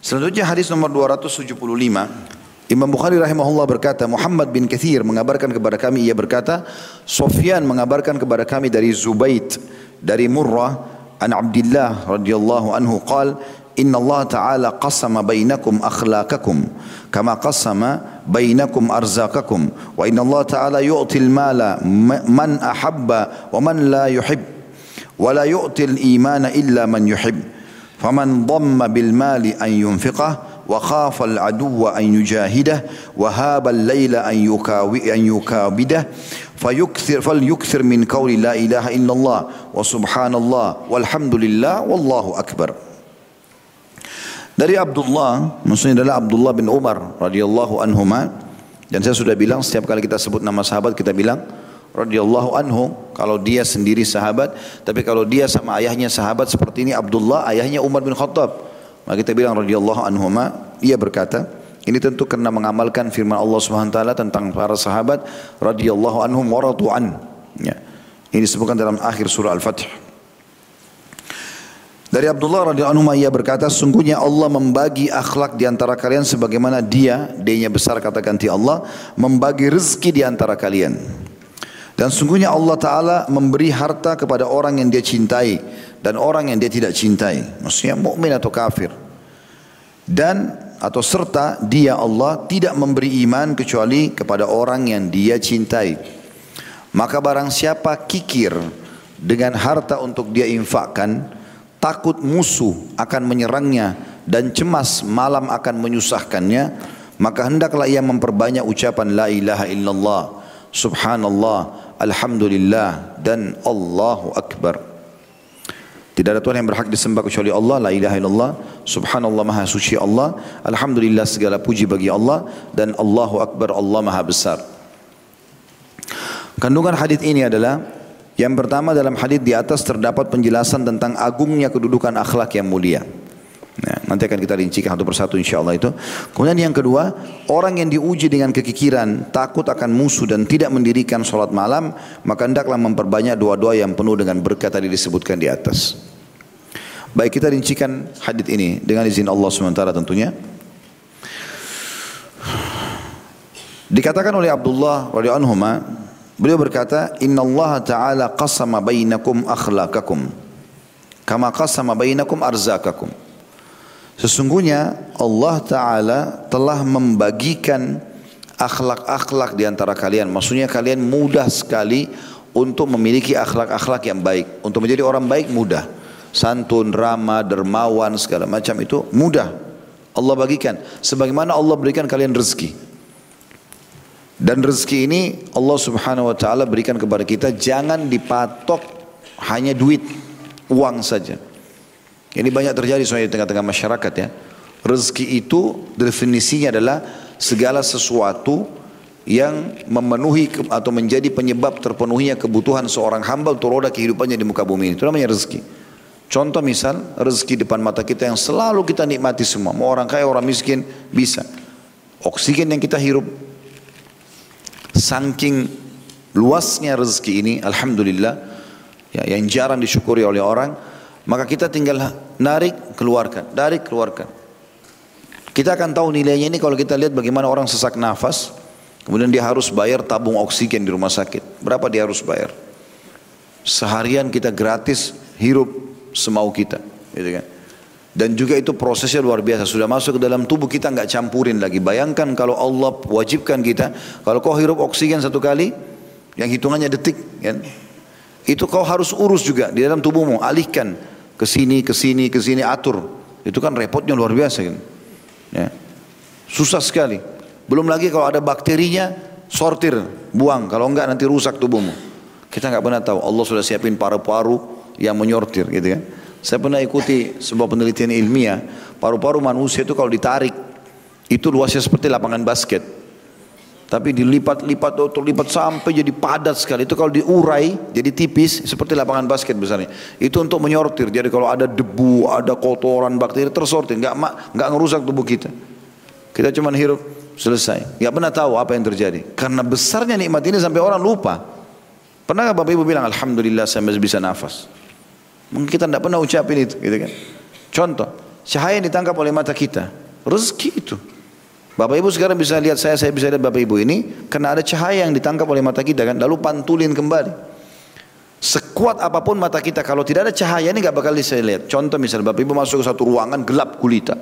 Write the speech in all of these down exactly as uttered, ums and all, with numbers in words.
Selanjutnya hadis nomor dua ratus tujuh puluh lima. Imam Bukhari rahimahullah berkata, Muhammad bin Katsir mengabarkan kepada kami, ia berkata, Sufyan mengabarkan kepada kami dari Zubayd, dari Murrah, an Abdullah radhiyallahu anhu qala, Inna Allah Ta'ala qasama bainakum akhlaqakum kama qasama bainakum arzaqakum wa inna Allah Ta'ala yu'til mala man ahabba wa man la yuhib wa la yu'til imana illa man yuhib faman dhamma bil mali an yunfiqah وخاف العدو أن يجاهده وهاب الليل أن يكابده فيكثر فليكثر من قول لا إله إلا الله وسبحان الله والحمد لله والله أكبر. Dari Abdullah, maksudnya adalah Abdullah bin Umar radhiyallahu anhuma, dan saya sudah bilang setiap kali kita sebut nama sahabat kita bilang radhiyallahu anhu kalau dia sendiri sahabat, tapi kalau dia sama ayahnya sahabat seperti ini Abdullah, ayahnya Umar bin Khattab, maka kita bilang radhiyallahu anhuma. Ia berkata, ini tentu karena mengamalkan firman Allah Subhanahu wa taala tentang para sahabat radhiyallahu anhum wa radu an. Ya. Ini disebutkan dalam akhir surah Al-Fath. Dari Abdullah radhiyallahu anhu ia berkata, sungguhnya Allah membagi akhlak di antara kalian sebagaimana Dia, D-nya besar kata ganti Allah, membagi rezeki di antara kalian. Dan sungguhnya Allah Ta'ala memberi harta kepada orang yang Dia cintai dan orang yang Dia tidak cintai. Maksudnya mukmin atau kafir. Dan atau serta Dia Allah tidak memberi iman kecuali kepada orang yang Dia cintai. Maka barang siapa kikir dengan harta untuk dia infakkan, takut musuh akan menyerangnya dan cemas malam akan menyusahkannya, maka hendaklah ia memperbanyak ucapan la ilaha illallah, subhanallah, alhamdulillah dan Allahu akbar. Tidak ada Tuhan yang berhak disembah kecuali Allah, la ilaha illallah, subhanallah maha suci Allah, alhamdulillah segala puji bagi Allah, dan Allahu akbar, Allah maha besar. Kandungan hadis ini adalah, yang pertama dalam hadis di atas terdapat penjelasan tentang agungnya kedudukan akhlak yang mulia. Nah, nanti akan kita rincikan satu persatu insyaAllah itu. Kemudian yang kedua, orang yang diuji dengan kekikiran, takut akan musuh dan tidak mendirikan sholat malam, maka hendaklah memperbanyak doa-doa yang penuh dengan berkat tadi disebutkan di atas. Baik, kita rincikan hadis ini dengan izin Allah subhanahu wa taala tentunya. Dikatakan oleh Abdullah radhiyallahu anhu, beliau berkata, Inna Allah Ta'ala qasama bainakum akhlaqakum kama qasama bainakum arzakakum. Sesungguhnya Allah Ta'ala telah membagikan akhlak-akhlak di antara kalian. Maksudnya kalian mudah sekali untuk memiliki akhlak-akhlak yang baik. Untuk menjadi orang baik mudah. Santun, ramah, dermawan, segala macam itu mudah. Allah bagikan. Sebagaimana Allah berikan kalian rezeki. Dan rezeki ini Allah Subhanahu Wa Ta'ala berikan kepada kita. Jangan dipatok hanya duit, uang saja. Ini banyak terjadi soalnya di tengah-tengah masyarakat ya. Rezeki itu definisinya adalah segala sesuatu yang memenuhi atau menjadi penyebab terpenuhinya kebutuhan seorang hamba untuk roda kehidupannya di muka bumi ini. Itu namanya rezeki. Contoh misal rezeki depan mata kita yang selalu kita nikmati semua. Mau orang kaya, orang miskin bisa. Oksigen yang kita hirup. Saking luasnya rezeki ini, alhamdulillah, ya, yang jarang disyukuri oleh orang. Maka kita tinggal narik, keluarkan, narik, keluarkan. Kita akan tahu nilainya ini kalau kita lihat bagaimana orang sesak nafas, kemudian dia harus bayar tabung oksigen di rumah sakit. Berapa dia harus bayar? Seharian kita gratis hirup semau kita, gitu kan? Dan juga itu prosesnya luar biasa. Sudah masuk ke dalam tubuh kita, nggak campurin lagi. Bayangkan kalau Allah wajibkan kita, kalau kau hirup oksigen satu kali, yang hitungannya detik, kan? Itu kau harus urus juga di dalam tubuhmu, alihkan ke sini, ke sini, ke sini, atur. Itu kan repotnya luar biasa kan. Ya. Susah sekali. Belum lagi kalau ada bakterinya, sortir, buang. Kalau enggak nanti rusak tubuhmu. Kita enggak pernah tahu. Allah sudah siapin paru-paru yang menyortir gitu kan. Saya pernah ikuti sebuah penelitian ilmiah. Paru-paru manusia itu kalau ditarik, itu luasnya seperti lapangan basket. Tapi dilipat-lipat, lipat sampai jadi padat sekali. Itu kalau diurai jadi tipis seperti lapangan basket besarnya. Itu untuk menyortir. Jadi kalau ada debu, ada kotoran, bakteri tersortir, nggak nggak ngerusak tubuh kita. Kita cuma hirup, selesai. Nggak pernah tahu apa yang terjadi. Karena besarnya nikmat ini sampai orang lupa. Pernah nggak Bapak Ibu bilang alhamdulillah saya masih bisa nafas? Mungkin kita nggak pernah ucapin itu, gitu kan? Contoh, cahaya yang ditangkap oleh mata kita. Rezeki itu. Bapak Ibu sekarang bisa lihat saya, saya bisa lihat Bapak Ibu ini karena ada cahaya yang ditangkap oleh mata kita kan, lalu pantulin kembali. Sekuat apapun mata kita, kalau tidak ada cahaya ini gak bakal bisa lihat. Contoh misalnya Bapak Ibu masuk ke satu ruangan gelap gulita,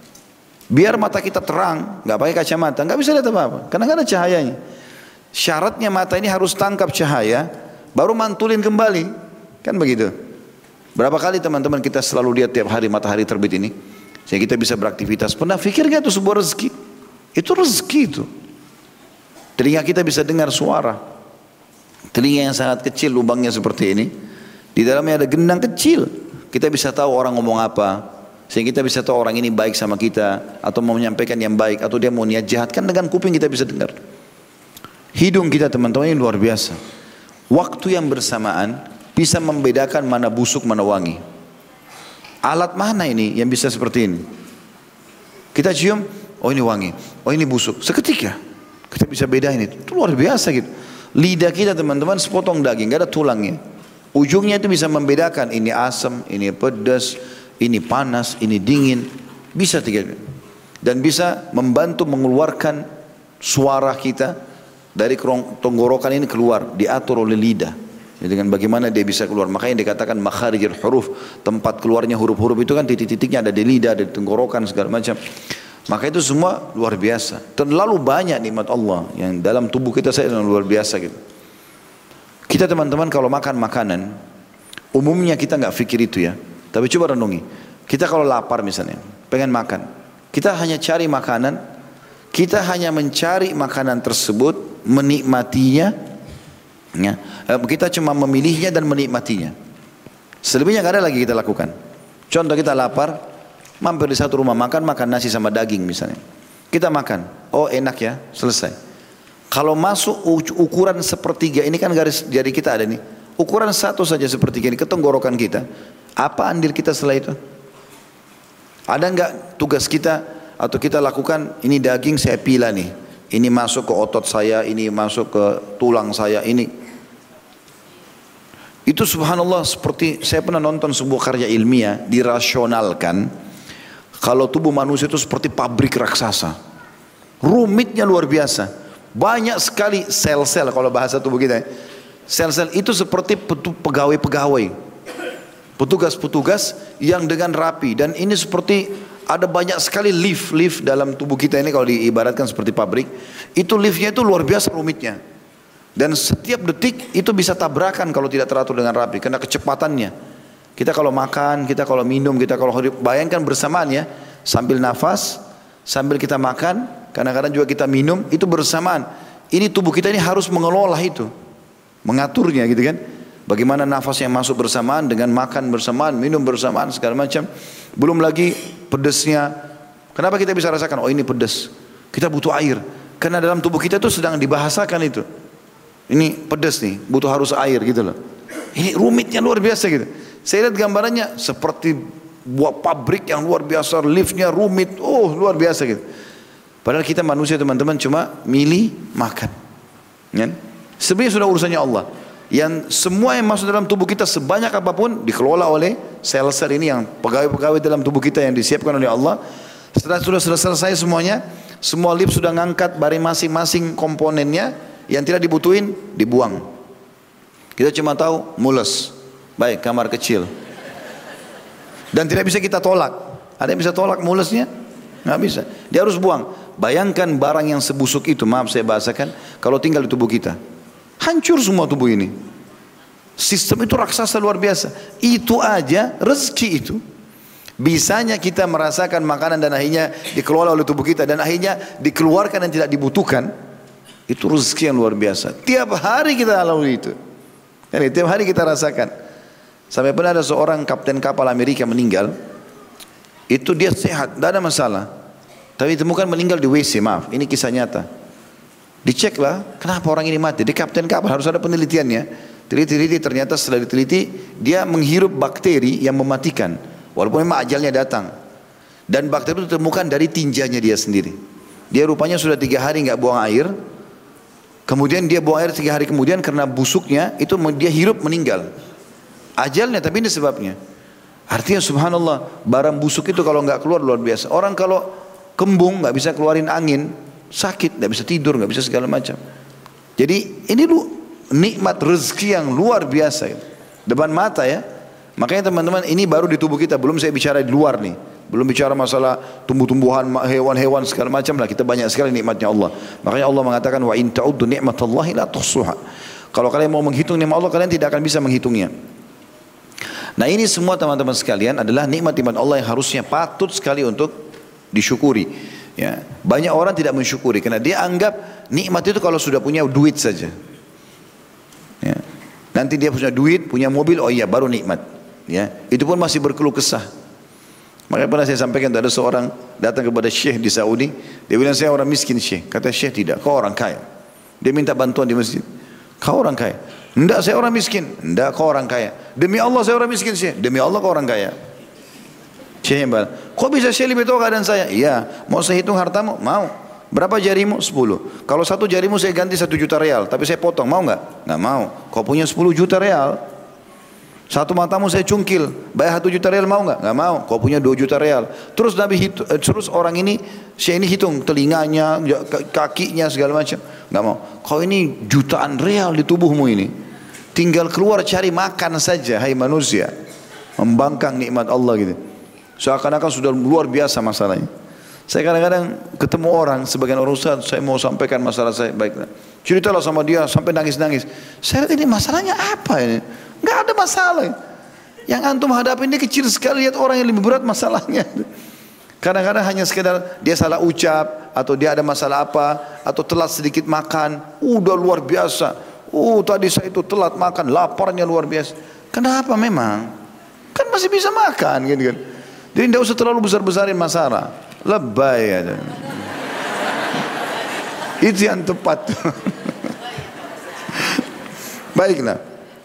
biar mata kita terang, gak pakai kacamata, gak bisa lihat apa-apa karena gak ada cahayanya. Syaratnya mata ini harus tangkap cahaya baru mantulin kembali, kan begitu. Berapa kali teman-teman kita selalu lihat tiap hari matahari terbit ini, sehingga kita bisa beraktivitas. Pernah pikir gak itu sebuah rezeki? Itu rezeki itu. Telinga kita bisa dengar suara. Telinga yang sangat kecil lubangnya seperti ini, di dalamnya ada gendang kecil. Kita bisa tahu orang ngomong apa, sehingga kita bisa tahu orang ini baik sama kita atau mau menyampaikan yang baik atau dia mau niat jahat, kan dengan kuping kita bisa dengar. Hidung kita teman-teman ini luar biasa. Waktu yang bersamaan bisa membedakan mana busuk mana wangi. Alat mana ini yang bisa seperti ini? Kita cium, oh ini wangi, oh ini busuk. Seketika kita bisa bedain itu. Itu luar biasa gitu. Lidah kita teman-teman sepotong daging, gak ada tulangnya. Ujungnya itu bisa membedakan ini asam, ini pedas, ini panas, ini dingin. Bisa tiga. Dan bisa membantu mengeluarkan suara kita dari tenggorokan ini keluar, diatur oleh lidah. Dengan bagaimana dia bisa keluar. Makanya dikatakan makharijul huruf, tempat keluarnya huruf-huruf itu kan titik-titiknya ada di lidah, ada di tenggorokan segala macam. Maka itu semua luar biasa. Terlalu banyak nikmat Allah yang dalam tubuh kita saya luar biasa gitu. Kita teman-teman kalau makan makanan, umumnya kita nggak pikir itu ya. Tapi coba renungi. Kita kalau lapar misalnya, pengen makan, kita hanya cari makanan, kita hanya mencari makanan tersebut, menikmatinya. Ya, kita cuma memilihnya dan menikmatinya. Selebihnya nggak ada lagi kita lakukan. Contoh kita lapar, mampir di satu rumah makan, makan nasi sama daging misalnya. Kita makan, oh enak ya, selesai. Kalau masuk ukuran sepertiga, ini kan garis jari kita ada nih. Ukuran satu saja sepertiga ini ke tenggorokan kita. Apa andil kita setelah itu? Ada enggak tugas kita atau kita lakukan, ini daging saya pilah nih. Ini masuk ke otot saya, ini masuk ke tulang saya, ini. Itu subhanallah seperti, saya pernah nonton sebuah karya ilmiah, dirasionalkan. Kalau tubuh manusia itu seperti pabrik raksasa. Rumitnya luar biasa. Banyak sekali sel-sel kalau bahasa tubuh kita. Sel-sel itu seperti pegawai-pegawai. Petugas-petugas yang dengan rapi. Dan ini seperti ada banyak sekali lift-lift dalam tubuh kita ini kalau diibaratkan seperti pabrik. Itu liftnya itu luar biasa rumitnya. Dan setiap detik itu bisa tabrakan kalau tidak teratur dengan rapi. Karena kecepatannya. Kita kalau makan, kita kalau minum, kita kalau hidup, bayangkan bersamaan ya, sambil nafas, sambil kita makan, kadang-kadang juga kita minum, itu bersamaan. Ini tubuh kita ini harus mengelola itu, mengaturnya gitu kan. Bagaimana nafas yang masuk bersamaan dengan makan bersamaan, minum bersamaan, segala macam. Belum lagi pedesnya. Kenapa kita bisa rasakan, oh ini pedes? Kita butuh air. Karena dalam tubuh kita itu sedang dibahasakan itu. Ini pedes nih, butuh harus air gitu loh. Ini rumitnya luar biasa gitu. Saya lihat gambarannya seperti buah pabrik yang luar biasa, liftnya rumit, oh luar biasa gitu. Padahal kita manusia teman-teman cuma milih makan. Ya? Sebenarnya sudah urusannya Allah. Yang semua yang masuk dalam tubuh kita sebanyak apapun dikelola oleh sel-sel ini yang pegawai-pegawai dalam tubuh kita yang disiapkan oleh Allah. Setelah sudah selesai semuanya, semua lift sudah ngangkat dari masing-masing komponennya, yang tidak dibutuhin dibuang. Kita cuma tahu mules. Baik, kamar kecil. Dan tidak bisa kita tolak. Ada yang bisa tolak mulesnya? Nggak bisa. Dia harus buang. Bayangkan barang yang sebusuk itu, maaf saya bahasakan, kalau tinggal di tubuh kita. Hancur semua tubuh ini. Sistem itu raksasa luar biasa. Itu aja rezeki itu. Bisanya kita merasakan makanan dan akhirnya dikelola oleh tubuh kita. Dan akhirnya dikeluarkan yang tidak dibutuhkan. Itu rezeki yang luar biasa. Tiap hari kita lalui itu. Jadi, tiap hari kita rasakan. Sampai pernah ada seorang kapten kapal Amerika meninggal. Itu dia sehat, tidak ada masalah. Tapi ditemukan meninggal di W C, maaf. Ini kisah nyata. Diceklah, kenapa orang ini mati? Dia kapten kapal, harus ada penelitiannya. Teliti-teliti, ternyata setelah diteliti, dia menghirup bakteri yang mematikan. Walaupun memang ajalnya datang. Dan bakteri itu ditemukan dari tinjanya dia sendiri. Dia rupanya sudah tiga hari nggak buang air. Kemudian dia buang air tiga hari kemudian karena busuknya, itu dia hirup meninggal. Ajalnya, tapi ini sebabnya. Artinya subhanallah, barang busuk itu kalau nggak keluar luar biasa. Orang kalau kembung nggak bisa keluarin angin, sakit, nggak bisa tidur, nggak bisa segala macam. Jadi ini lu nikmat rezeki yang luar biasa depan mata ya. Makanya teman-teman, ini baru di tubuh kita, belum saya bicara di luar nih. Belum bicara masalah tumbuh-tumbuhan, hewan-hewan segala macam lah. Kita banyak sekali nikmatnya Allah. Makanya Allah mengatakan wa in ta'uddu ni'matallahi la tuhsuha. Kalau kalian mau menghitung nikmat Allah, kalian tidak akan bisa menghitungnya. Nah ini semua teman-teman sekalian adalah nikmat-nikmat Allah yang harusnya patut sekali untuk disyukuri. Ya, banyak orang tidak mensyukuri karena dia anggap nikmat itu kalau sudah punya duit saja. Ya. Nanti dia punya duit, punya mobil, oh iya baru nikmat. Ya, itu pun masih berkeluh kesah. Makanya pernah saya sampaikan, ada seorang datang kepada syekh di Saudi, dia bilang saya orang miskin syekh. Kata syekh tidak, kau orang kaya. Dia minta bantuan di masjid. Kau orang kaya. Enggak, saya orang miskin. Enggak, kau orang kaya. Demi Allah saya orang miskin syekh. Demi Allah kau orang kaya. Syekh yang bilang, kok bisa syekh lebih tahu keadaan saya? Iya, mau saya hitung hartamu? Mau. Berapa jarimu? Sepuluh. Kalau satu jarimu saya ganti satu juta real, tapi saya potong, mau nggak? Nggak mau. Kau punya sepuluh juta real. Satu matamu saya cungkil, bayar satu juta real, mau nggak? Nggak mau. Kau punya dua juta real. Terus Nabi hitung, terus orang ini, saya ini hitung telinganya, kakinya segala macam. Nggak mau. Kau ini jutaan real di tubuhmu ini. Tinggal keluar cari makan saja, hai manusia. Membangkang nikmat Allah gitu. Seakan-akan sudah luar biasa masalahnya. Saya kadang-kadang ketemu orang, sebagian orang ustaz, saya mau sampaikan masalah saya, baiklah. Ceritalah sama dia sampai nangis-nangis. Saya lihat ini masalahnya apa ini? Enggak ada masalah. Yang antum hadapi ini kecil sekali, lihat orang yang lebih berat masalahnya. Kadang-kadang hanya sekedar dia salah ucap, atau dia ada masalah apa, atau telat sedikit makan, udah luar biasa. Oh tadi saya itu telat makan, laparnya luar biasa. Kenapa memang? Kan masih bisa makan gitu kan. Jadi tidak usah terlalu besar-besarin masalah. Lebay ya. Itu yang tepat. Baiklah.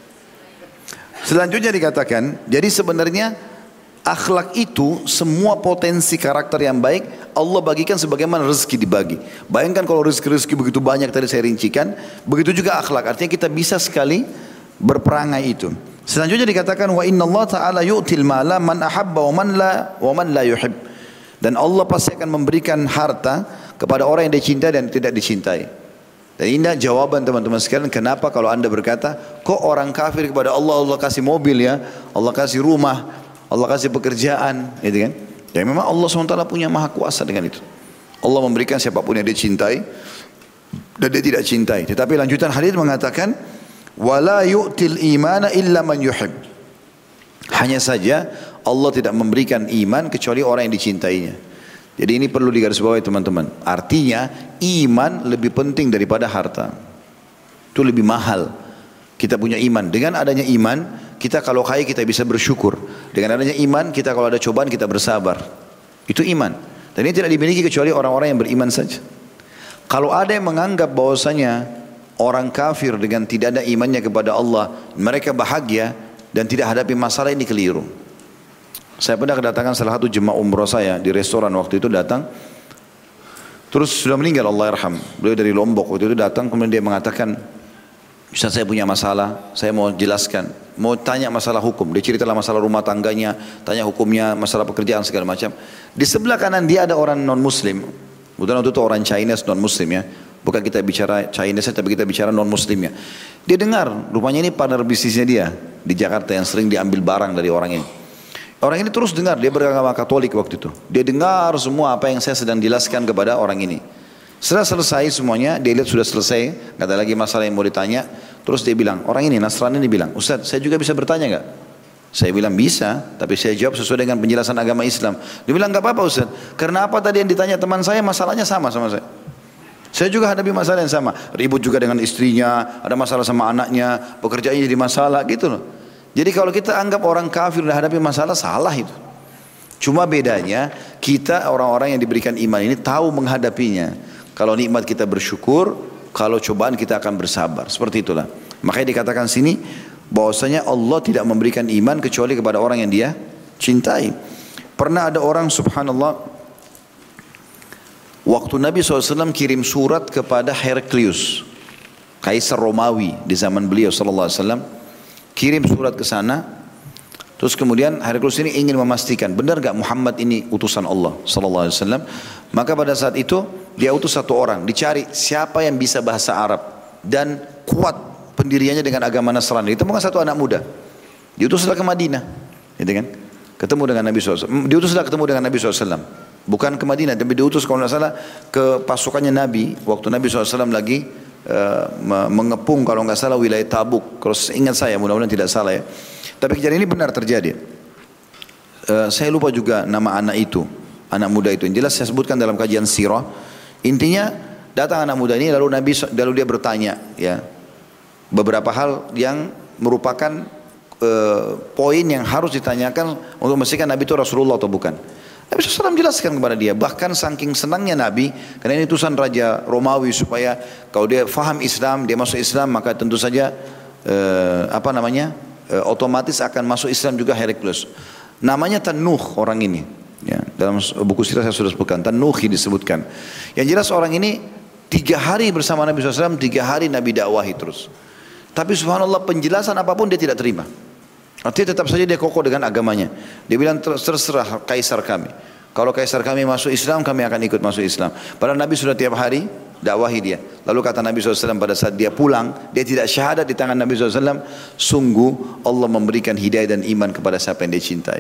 Selanjutnya dikatakan, jadi sebenarnya akhlak itu semua potensi karakter yang baik Allah bagikan sebagaimana rezeki dibagi. Bayangkan kalau rezeki-rezeki begitu banyak tadi saya rincikan, begitu juga akhlak. Artinya kita bisa sekali berperangai itu. Selanjutnya dikatakan wa innallaha ta'ala yu'til mala man ahabba wa man la wa man la yuhib. Dan Allah pasti akan memberikan harta kepada orang yang dicintai dan tidak dicintai. Dan ini jawaban teman-teman sekalian kenapa kalau anda berkata kok orang kafir kepada Allah Allah kasih mobil ya, Allah kasih rumah, Allah kasih pekerjaan, gitu kan? Ya memang Allah subhanahu wa taala punya maha kuasa dengan itu. Allah memberikan siapapun yang dia cintai dan dia tidak cintai. Tetapi lanjutan hadis mengatakan wala yu'til imana illa man yuhib. Hanya saja Allah tidak memberikan iman kecuali orang yang dicintainya. Jadi ini perlu digarisbawahi teman-teman. Artinya iman lebih penting daripada harta. Itu lebih mahal. Kita punya iman. Dengan adanya iman, kita kalau kaya kita bisa bersyukur. Dengan adanya iman, kita kalau ada cobaan kita bersabar. Itu iman. Dan ini tidak dimiliki kecuali orang-orang yang beriman saja. Kalau ada yang menganggap bahwasanya orang kafir dengan tidak ada imannya kepada Allah, mereka bahagia dan tidak hadapi masalah, ini keliru. Saya pernah kedatangan salah satu jemaah umroh saya di restoran waktu itu datang. Terus sudah meninggal Allah yarham. Beliau dari Lombok waktu itu datang, kemudian dia mengatakan, Ustaz saya punya masalah, saya mau jelaskan, mau tanya masalah hukum. Dia ceritalah masalah rumah tangganya, tanya hukumnya, masalah pekerjaan segala macam. Di sebelah kanan dia ada orang non muslim. Kebetulan waktu itu orang Chinese non muslim ya. Bukan kita bicara Chinese tapi kita bicara non muslimnya. Dia dengar, rupanya ini partner bisnisnya dia di Jakarta yang sering diambil barang dari orang ini. Orang ini terus dengar, dia beragama Katolik waktu itu. Dia dengar semua apa yang saya sedang jelaskan kepada orang ini. Setelah selesai semuanya, dia lihat sudah selesai, nggak ada lagi masalah yang mau ditanya. Terus dia bilang, orang ini Nasrani ini bilang, Ustaz saya juga bisa bertanya nggak? Saya bilang bisa, tapi saya jawab sesuai dengan penjelasan agama Islam. Dia bilang nggak apa-apa Ustaz, karena apa tadi yang ditanya teman saya masalahnya sama sama saya. Saya juga hadapi masalah yang sama, ribut juga dengan istrinya, ada masalah sama anaknya, pekerjaannya jadi masalah gitu loh. Jadi kalau kita anggap orang kafir dan hadapi masalah, salah itu. Cuma bedanya kita orang-orang yang diberikan iman ini tahu menghadapinya. Kalau nikmat kita bersyukur, kalau cobaan kita akan bersabar. Seperti itulah. Makanya dikatakan sini bahwasanya Allah tidak memberikan iman kecuali kepada orang yang dia cintai. Pernah ada orang subhanallah, waktu Nabi shallallahu alaihi wasallam kirim surat kepada Heraklius, Kaisar Romawi di zaman beliau shallallahu alaihi wasallam, kirim surat ke sana. Terus kemudian Heraklius ini ingin memastikan benar gak Muhammad ini utusan Allah sallallahu alaihi wasallam. Maka pada saat itu dia utus satu orang, dicari siapa yang bisa bahasa Arab dan kuat pendiriannya dengan agama Nasrani. Ditemukan satu anak muda. Diutuslah ke Madinah, gitu kan? Ketemu dengan Nabi shallallahu alaihi wasallam. Diutuslah ketemu dengan Nabi shallallahu alaihi wasallam. Bukan ke Madinah, tapi diutus kalau tidak salah ke pasukannya Nabi waktu Nabi shallallahu alaihi wasallam lagi uh, mengepung kalau nggak salah wilayah Tabuk. Kalau ingat saya, mudah-mudahan tidak salah ya. Tapi kejadian ini benar terjadi. Uh, saya lupa juga nama anak itu, anak muda itu. Yang jelas saya sebutkan dalam kajian sirah. Intinya datang anak muda ini lalu Nabi lalu dia bertanya ya beberapa hal yang merupakan uh, poin yang harus ditanyakan untuk memastikan Nabi itu Rasulullah atau bukan. Nabi shallallahu alaihi wasallam jelaskan kepada dia. Bahkan saking senangnya Nabi, karena ini utusan Raja Romawi supaya kalau dia faham Islam, dia masuk Islam, maka tentu saja uh, apa namanya? E, otomatis akan masuk Islam juga Heraklius. Namanya Tanuh orang ini. Ya, dalam buku sirah saya sudah sebutkan. Tanuhi disebutkan. Yang jelas orang ini tiga hari bersama Nabi shallallahu alaihi wasallam, tiga hari Nabi dakwahi terus. Tapi subhanallah penjelasan apapun dia tidak terima. Artinya tetap saja dia kokoh dengan agamanya. Dia bilang terserah kaisar kami. Kalau kaisar kami masuk Islam, kami akan ikut masuk Islam. Padahal Nabi sudah tiap hari dakwahi dia. Lalu kata Nabi shallallahu alaihi wasallam pada saat dia pulang, dia tidak syahadat di tangan Nabi shallallahu alaihi wasallam. Sungguh Allah memberikan hidayah dan iman kepada siapa yang dia cintai.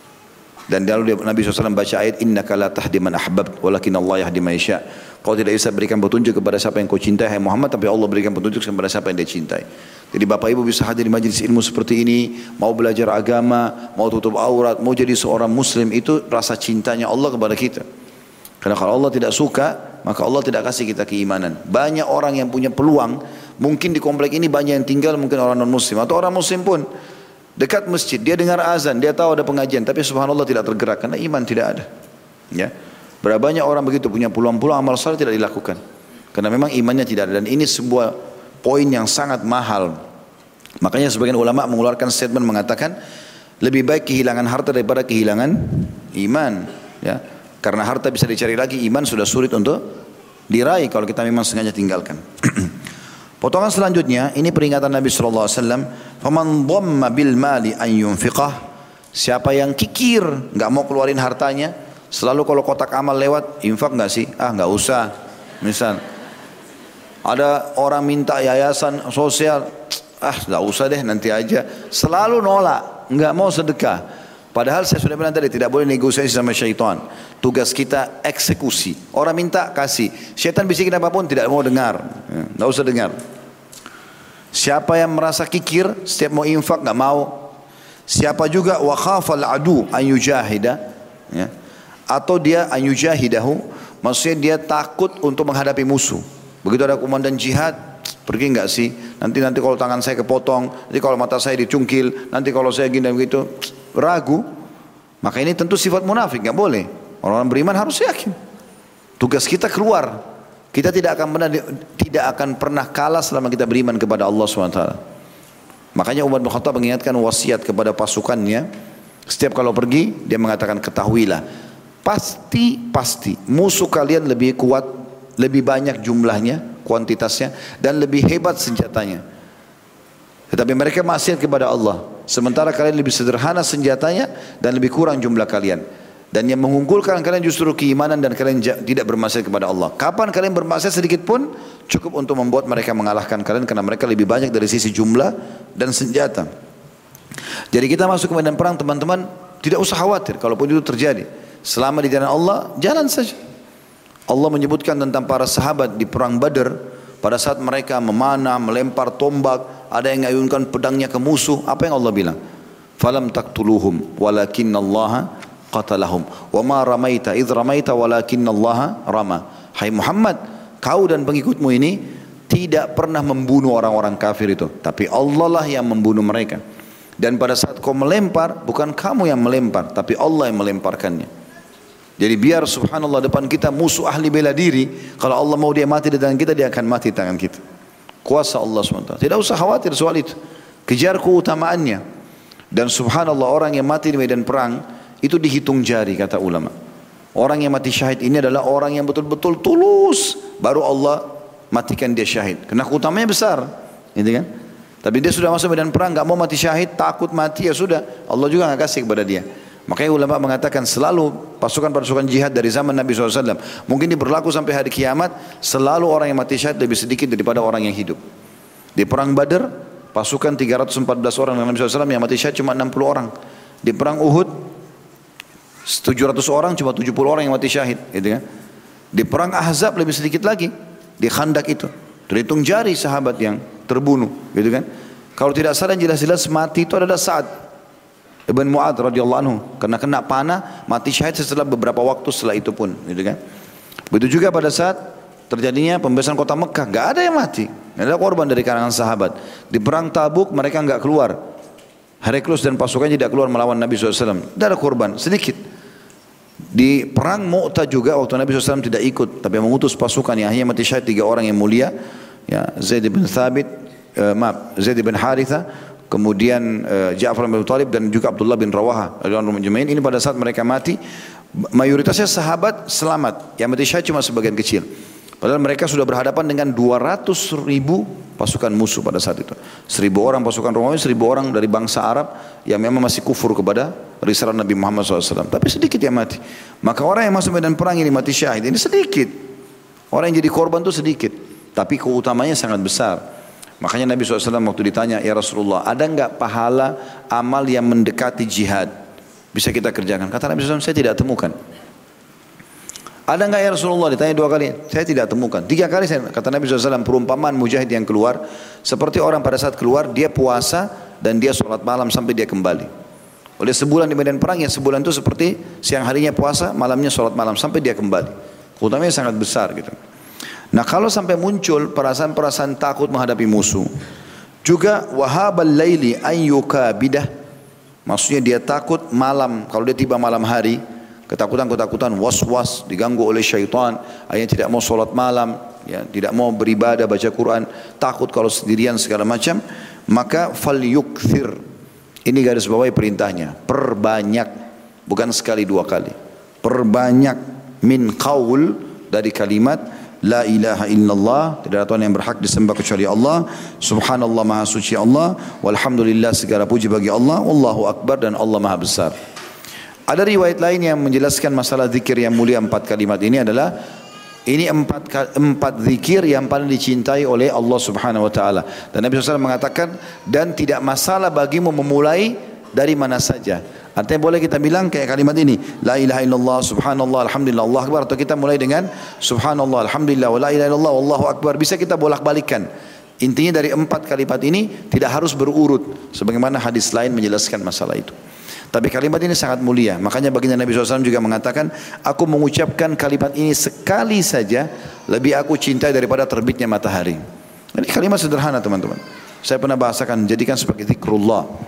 Dan lalu dia, Nabi shallallahu alaihi wasallam baca ayat, innaka la tahdi man ahbabt, walakin Allah yahdi man yasha. Kau tidak bisa berikan petunjuk kepada siapa yang kau cintai, hai Muhammad, tapi Allah berikan petunjuk kepada siapa yang dia cintai. Jadi bapak ibu bisa hadir di majelis ilmu seperti ini, mau belajar agama, mau tutup aurat, mau jadi seorang muslim, itu rasa cintanya Allah kepada kita. Karena kalau Allah tidak suka, maka Allah tidak kasih kita keimanan. Banyak orang yang punya peluang, mungkin di komplek ini banyak yang tinggal, mungkin orang non muslim atau orang muslim pun dekat masjid, dia dengar azan, dia tahu ada pengajian, tapi subhanallah tidak tergerak karena iman tidak ada. Ya, berapa banyak orang begitu punya peluang-peluang amal saleh tidak dilakukan karena memang imannya tidak ada. Dan ini sebuah poin yang sangat mahal. Makanya sebagian ulama mengeluarkan statement mengatakan lebih baik kehilangan harta daripada kehilangan iman. Ya, karena harta bisa dicari lagi, iman sudah sulit untuk diraih kalau kita memang sengaja tinggalkan. Potongan selanjutnya, ini peringatan Nabi shallallahu alaihi wasallam. Faman dhamma bil mali an yunfiqah. Siapa yang kikir, nggak mau keluarin hartanya, selalu kalau kotak amal lewat, infak nggak sih? Ah nggak usah. Misal, ada orang minta yayasan sosial, ah nggak usah deh nanti aja. Selalu nolak, nggak mau sedekah. Padahal saya sudah bilang tadi tidak boleh negosiasi sama syaitan. Tugas kita eksekusi. Orang minta kasih. Syaitan bisikin apapun tidak mau dengar. Nggak usah dengar. Siapa yang merasa kikir setiap mau infak nggak mau. Siapa juga wa khafal adu an yujahida, ya. Atau dia an yujahidahu, maksudnya dia takut untuk menghadapi musuh. Begitu ada komandan jihad, pergi nggak sih? Nanti nanti kalau tangan saya kepotong, nanti kalau mata saya dicungkil, nanti kalau saya gini dan begitu. Ragu, maka ini tentu sifat munafik, nggak boleh. Orang-orang beriman harus yakin. Tugas kita keluar. Kita tidak akan pernah tidak akan pernah kalah selama kita beriman kepada Allah subhanahu wa taala. Makanya Umar bin Khattab mengingatkan wasiat kepada pasukannya. Setiap kalau pergi, dia mengatakan ketahuilah, pasti pasti musuh kalian lebih kuat, lebih banyak jumlahnya, kuantitasnya, dan lebih hebat senjatanya. Tetapi mereka maksiat kepada Allah. Sementara kalian lebih sederhana senjatanya dan lebih kurang jumlah kalian. Dan yang mengunggulkan kalian justru keimanan dan kalian tidak bermaksiat kepada Allah. Kapan kalian bermaksiat sedikit pun cukup untuk membuat mereka mengalahkan kalian karena mereka lebih banyak dari sisi jumlah dan senjata. Jadi kita masuk ke medan perang teman-teman, tidak usah khawatir kalaupun itu terjadi. Selama di jalan Allah, jalan saja. Allah menyebutkan tentang para sahabat di perang Badar pada saat mereka memanah, melempar tombak, ada yang mengayunkan pedangnya ke musuh. Apa yang Allah bilang? Falam taqtuluhum walakinnallaha qatalahum wa ma ramaita idh ramaita walakinnallaha rama. Hai Muhammad, kau dan pengikutmu ini tidak pernah membunuh orang-orang kafir itu, tapi Allah lah yang membunuh mereka. Dan pada saat kau melempar, bukan kamu yang melempar, tapi Allah yang melemparkannya. Jadi biar subhanallah depan kita musuh ahli bela diri, kalau Allah mau dia mati di tangan kita, dia akan mati di tangan kita. Kuasa Allah subhanahu wa taala. Tidak usah khawatir soal itu. Kejar keutamaannya. Dan subhanallah orang yang mati di medan perang itu dihitung jari kata ulama. Orang yang mati syahid ini adalah orang yang betul-betul tulus, baru Allah matikan dia syahid. Karena keutamanya besar, gitu kan? Tapi dia sudah masuk medan perang, nggak mau mati syahid, takut mati, ya sudah, Allah juga nggak kasih kepada dia. Makanya ulama mengatakan selalu pasukan-pasukan jihad dari zaman Nabi shallallahu alaihi wasallam, mungkin ini berlaku sampai hari kiamat, selalu orang yang mati syahid lebih sedikit daripada orang yang hidup. Di perang Badar, pasukan tiga ratus empat belas orang dengan Nabi shallallahu alaihi wasallam, yang mati syahid cuma enam puluh orang. Di perang Uhud, tujuh ratus orang cuma tujuh puluh orang yang mati syahid, gitu kan. Di perang Ahzab lebih sedikit lagi, di Khandak itu terhitung jari sahabat yang terbunuh, gitu kan. Kalau tidak salah jelas-jelas mati itu adalah Sa'ad Ibn Mu'ad radhiyallahu anhu, karena kena panah mati syahid setelah beberapa waktu setelah itu pun, gitu kan. Begitu juga pada saat terjadinya pembebasan kota Mekah, nggak ada yang mati, nggak ada korban dari kalangan sahabat. Di perang Tabuk mereka nggak keluar, Heraklius dan pasukannya tidak keluar melawan Nabi shallallahu alaihi wasallam, tidak ada korban sedikit. Di perang Mu'tah juga waktu Nabi shallallahu alaihi wasallam tidak ikut, tapi mengutus pasukan yang hanya mati syahid tiga orang yang mulia, ya Zaid bin Thabit, eh, maaf Zaid bin Haritha, kemudian uh, Ja'far bin Abi Thalib dan juga Abdullah bin Rawaha. Ini pada saat mereka mati, mayoritasnya sahabat selamat, yang mati syahid cuma sebagian kecil. Padahal mereka sudah berhadapan dengan dua ratus ribu pasukan musuh pada saat itu. Seribu orang pasukan Romawi, seribu orang dari bangsa Arab yang memang masih kufur kepada risalah Nabi Muhammad shallallahu alaihi wasallam. Tapi sedikit yang mati. Maka orang yang masuk medan perang ini mati syahid ini sedikit. Orang yang jadi korban itu sedikit. Tapi keutamanya sangat besar. Makanya Nabi shallallahu alaihi wasallam waktu ditanya, ya Rasulullah, ada enggak pahala amal yang mendekati jihad bisa kita kerjakan? Kata Nabi shallallahu alaihi wasallam, saya tidak temukan. Ada enggak ya Rasulullah? Ditanya dua kali, saya tidak temukan. Tiga kali saya, kata Nabi shallallahu alaihi wasallam, perumpamaan mujahid yang keluar seperti orang pada saat keluar dia puasa dan dia sholat malam sampai dia kembali. Oleh sebulan di medan perang, ya sebulan itu seperti siang harinya puasa, malamnya sholat malam sampai dia kembali. Utamanya sangat besar gitu. Nah kalau sampai muncul perasaan-perasaan takut menghadapi musuh, juga wahabal laili ayyuka bidah, maksudnya dia takut malam, kalau dia tiba malam hari, ketakutan-ketakutan, was-was, diganggu oleh syaitan, akhirnya tidak mau sholat malam, ya, tidak mau beribadah, baca Quran, takut kalau sendirian segala macam, maka fal yukthir, ini garis bawahi perintahnya, perbanyak, bukan sekali dua kali, perbanyak min qaul, dari kalimat La ilaha illallah, tidak ada Tuhan yang berhak disembah kecuali Allah, subhanallah maha suci Allah, walhamdulillah segala puji bagi Allah, wallahu akbar, dan Allah maha besar. Ada riwayat lain yang menjelaskan masalah zikir yang mulia empat kalimat ini adalah, ini empat, empat zikir yang paling dicintai oleh Allah subhanahu wa ta'ala. Dan Nabi shallallahu alaihi wasallam mengatakan, dan tidak masalah bagimu memulai dari mana saja. Artinya boleh kita bilang kayak kalimat ini, la ilaha illallah, subhanallah, alhamdulillah, Allah akbar, atau kita mulai dengan subhanallah, alhamdulillah, wa la ilaha illallah, wallahu akbar. Bisa kita bolak-balikan. Intinya dari empat kalimat ini tidak harus berurut, sebagaimana hadis lain menjelaskan masalah itu. Tapi kalimat ini sangat mulia. Makanya baginda Nabi shallallahu alaihi wasallam juga mengatakan, aku mengucapkan kalimat ini sekali saja, lebih aku cintai daripada terbitnya matahari. Ini kalimat sederhana teman-teman. Saya pernah bahasakan, jadikan sebagai zikrullah.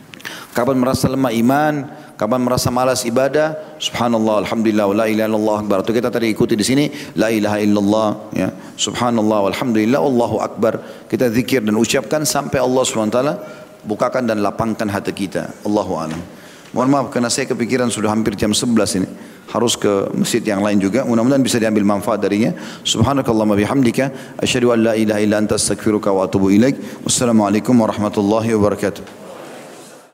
Kapan merasa lemah iman, kapan merasa malas ibadah, subhanallah, alhamdulillah, la ilaha illallah akbar. Atau kita tadi ikuti di sini, la ilaha illallah, ya, subhanallah, alhamdulillah, Allahu akbar. Kita zikir dan ucapkan sampai Allah subhanahu wa taala bukakan dan lapangkan hati kita. Allahu a'lam. Mohon maaf karena saya kepikiran sudah hampir jam sebelas ini. Harus ke masjid yang lain juga. Mudah-mudahan bisa diambil manfaat darinya. Subhanakallahumma bihamdika asyhadu an la ilaha illa anta astaghfiruka wa atubu ilaik. Wassalamualaikum warahmatullahi wabarakatuh.